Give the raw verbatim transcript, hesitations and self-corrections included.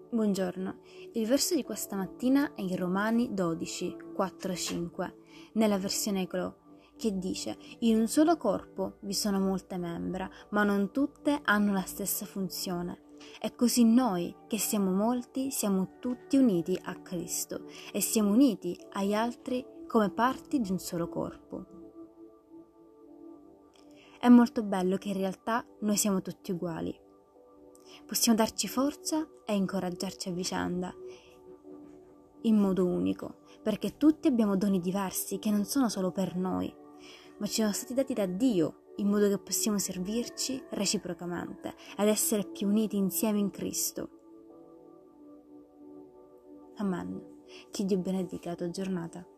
Buongiorno, il verso di questa mattina è in Romani dodici, quattro cinque, nella versione Eclò, che dice: in un solo corpo vi sono molte membra, ma non tutte hanno la stessa funzione. E così noi, che siamo molti, siamo tutti uniti a Cristo e siamo uniti agli altri come parti di un solo corpo. È molto bello che in realtà noi siamo tutti uguali. Possiamo darci forza e incoraggiarci a vicenda in modo unico, perché tutti abbiamo doni diversi che non sono solo per noi, ma ci sono stati dati da Dio in modo che possiamo servirci reciprocamente ed essere più uniti insieme in Cristo. Amen. Che Dio benedica la tua giornata.